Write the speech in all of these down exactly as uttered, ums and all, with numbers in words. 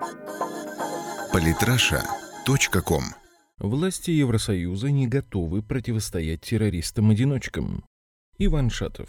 политраша точка ком. Власти Евросоюза не готовы противостоять террористам-одиночкам. Иван Шатов.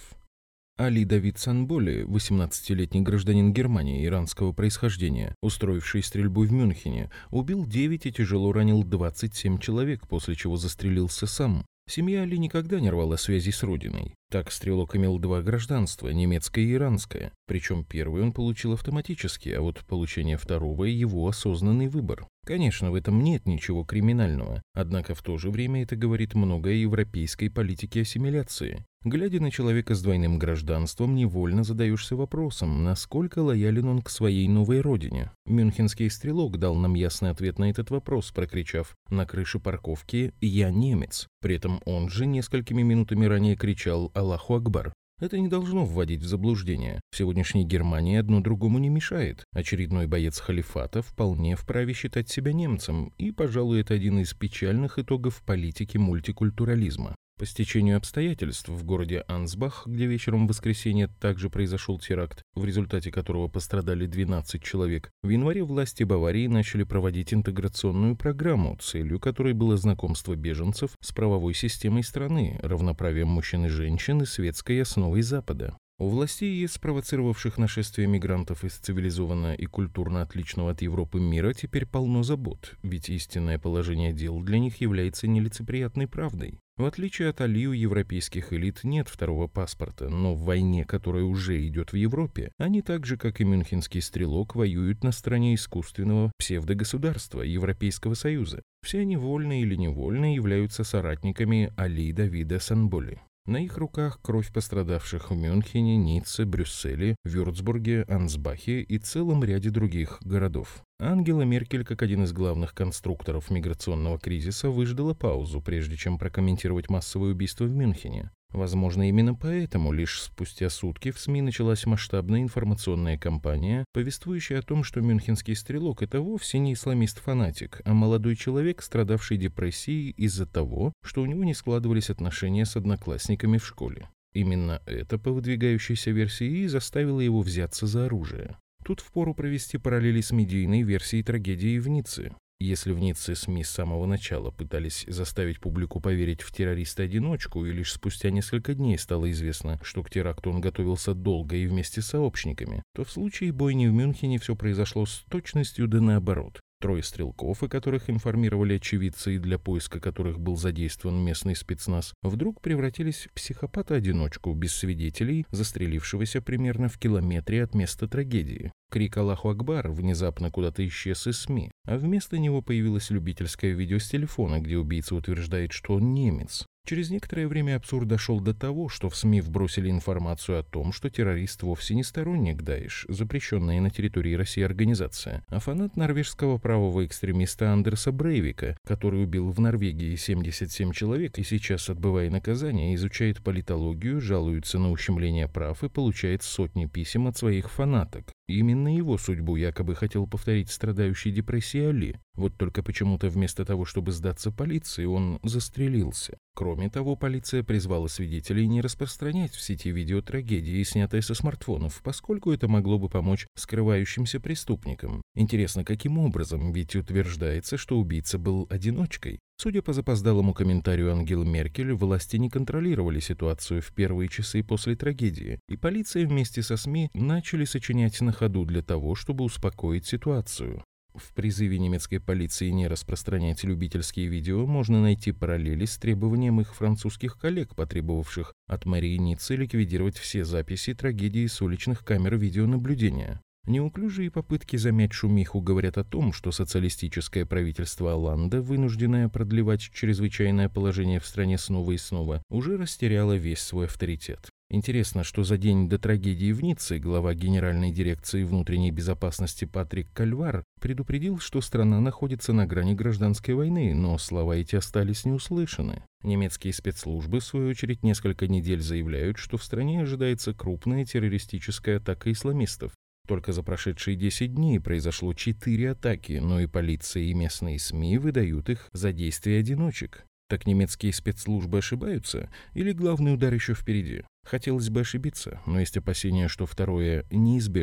Али Давид Санболи, восемнадцатилетний гражданин Германии иранского происхождения, устроивший стрельбу в Мюнхене, убил девять и тяжело ранил двадцать семь человек, после чего застрелился сам. Семья Али никогда не рвала связи с родиной. Так стрелок имел два гражданства, немецкое и иранское. Причем первый он получил автоматически, а вот получение второго – его осознанный выбор. Конечно, в этом нет ничего криминального, однако в то же время это говорит много о европейской политике ассимиляции. Глядя на человека с двойным гражданством, невольно задаешься вопросом, насколько лоялен он к своей новой родине. Мюнхенский стрелок дал нам ясный ответ на этот вопрос, прокричав на крыше парковки «Я немец». При этом он же несколькими минутами ранее кричал «Аллаху Акбар». Это не должно вводить в заблуждение. В сегодняшней Германии одно другому не мешает. Очередной боец халифата вполне вправе считать себя немцем, и, пожалуй, это один из печальных итогов политики мультикультурализма. По стечению обстоятельств в городе Ансбах, где вечером в воскресенье также произошел теракт, в результате которого пострадали двенадцать человек, в январе власти Баварии начали проводить интеграционную программу, целью которой было знакомство беженцев с правовой системой страны, равноправием мужчин и женщин и светской основой Запада. У властей ЕС, спровоцировавших нашествие мигрантов из цивилизованно и культурно отличного от Европы мира, теперь полно забот, ведь истинное положение дел для них является нелицеприятной правдой. В отличие от Али, у европейских элит нет второго паспорта, но в войне, которая уже идет в Европе, они так же, как и мюнхенский стрелок, воюют на стороне искусственного псевдогосударства Европейского Союза. Все они вольно или невольно являются соратниками Али Давида Санболи. На их руках кровь пострадавших в Мюнхене, Ницце, Брюсселе, Вюрцбурге, Ансбахе и целом ряде других городов. Ангела Меркель, как один из главных конструкторов миграционного кризиса, выждала паузу, прежде чем прокомментировать массовое убийство в Мюнхене. Возможно, именно поэтому лишь спустя сутки в СМИ началась масштабная информационная кампания, повествующая о том, что мюнхенский стрелок – это вовсе не исламист-фанатик, а молодой человек, страдавший депрессией из-за того, что у него не складывались отношения с одноклассниками в школе. Именно это, по выдвигающейся версии, и заставило его взяться за оружие. Тут впору провести параллели с медийной версией трагедии в Ницце. Если в Ницце СМИ с самого начала пытались заставить публику поверить в террориста-одиночку, и лишь спустя несколько дней стало известно, что к теракту он готовился долго и вместе с сообщниками, то в случае бойни в Мюнхене все произошло с точностью да наоборот. Трое стрелков, о которых информировали очевидцы и для поиска которых был задействован местный спецназ, вдруг превратились в психопата-одиночку без свидетелей, застрелившегося примерно в километре от места трагедии. Крик «Аллаху Акбар» внезапно куда-то исчез из СМИ, а вместо него появилось любительское видео с телефона, где убийца утверждает, что он немец. Через некоторое время абсурд дошел до того, что в СМИ вбросили информацию о том, что террорист вовсе не сторонник Даиш, запрещенная на территории России организация, а фанат норвежского правого экстремиста Андерса Брейвика, который убил в Норвегии семьдесят семь человек и сейчас, отбывая наказание, изучает политологию, жалуется на ущемление прав и получает сотни писем от своих фанаток. Именно его судьбу якобы хотел повторить страдающий депрессией Али. Вот только почему-то вместо того, чтобы сдаться полиции, он застрелился. Кроме того, полиция призвала свидетелей не распространять в сети видео трагедии, снятое со смартфонов, поскольку это могло бы помочь скрывающимся преступникам. Интересно, каким образом, ведь утверждается, что убийца был одиночкой. Судя по запоздалому комментарию Ангелы Меркель, власти не контролировали ситуацию в первые часы после трагедии, и полиция вместе со СМИ начали сочинять на ходу для того, чтобы успокоить ситуацию. В призыве немецкой полиции не распространять любительские видео можно найти параллели с требованием их французских коллег, потребовавших от мэрии Ниццы ликвидировать все записи трагедии с уличных камер видеонаблюдения. Неуклюжие попытки замять шумиху говорят о том, что социалистическое правительство Оланда, вынужденное продлевать чрезвычайное положение в стране снова и снова, уже растеряло весь свой авторитет. Интересно, что за день до трагедии в Ницце глава Генеральной дирекции внутренней безопасности Патрик Кальвар предупредил, что страна находится на грани гражданской войны, но слова эти остались неуслышаны. Немецкие спецслужбы, в свою очередь, несколько недель заявляют, что в стране ожидается крупная террористическая атака исламистов. Только за прошедшие десять дней произошло четыре атаки, но и полиция, и местные СМИ выдают их за действия одиночек. Так немецкие спецслужбы ошибаются? Или главный удар еще впереди? Хотелось бы ошибиться, но есть опасения, что второе неизбежно.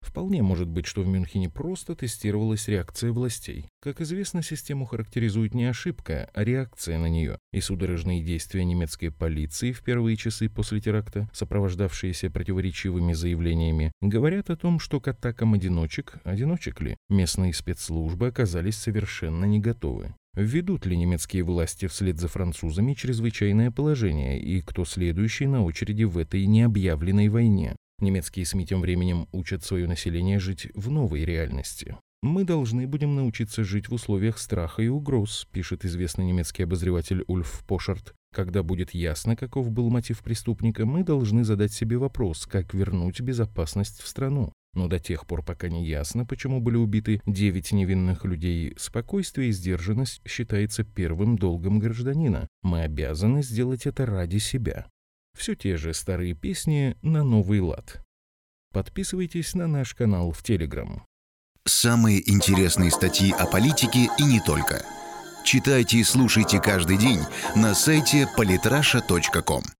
Вполне может быть, что в Мюнхене просто тестировалась реакция властей. Как известно, систему характеризует не ошибка, а реакция на нее. И судорожные действия немецкой полиции в первые часы после теракта, сопровождавшиеся противоречивыми заявлениями, говорят о том, что к атакам одиночек, одиночек ли, местные спецслужбы оказались совершенно не готовы. Введут ли немецкие власти вслед за французами чрезвычайное положение, и кто следующий на очереди в этой необъявленной войне? Немецкие СМИ тем временем учат свое население жить в новой реальности. «Мы должны будем научиться жить в условиях страха и угроз», пишет известный немецкий обозреватель Ульф Пошарт. «Когда будет ясно, каков был мотив преступника, мы должны задать себе вопрос, как вернуть безопасность в страну. Но до тех пор, пока не ясно, почему были убиты девять невинных людей, спокойствие и сдержанность считается первым долгом гражданина. Мы обязаны сделать это ради себя». Все те же старые песни на новый лад. Подписывайтесь на наш канал в Телеграм. Самые интересные статьи о политике и не только. Читайте и слушайте каждый день на сайте политраша точка ком.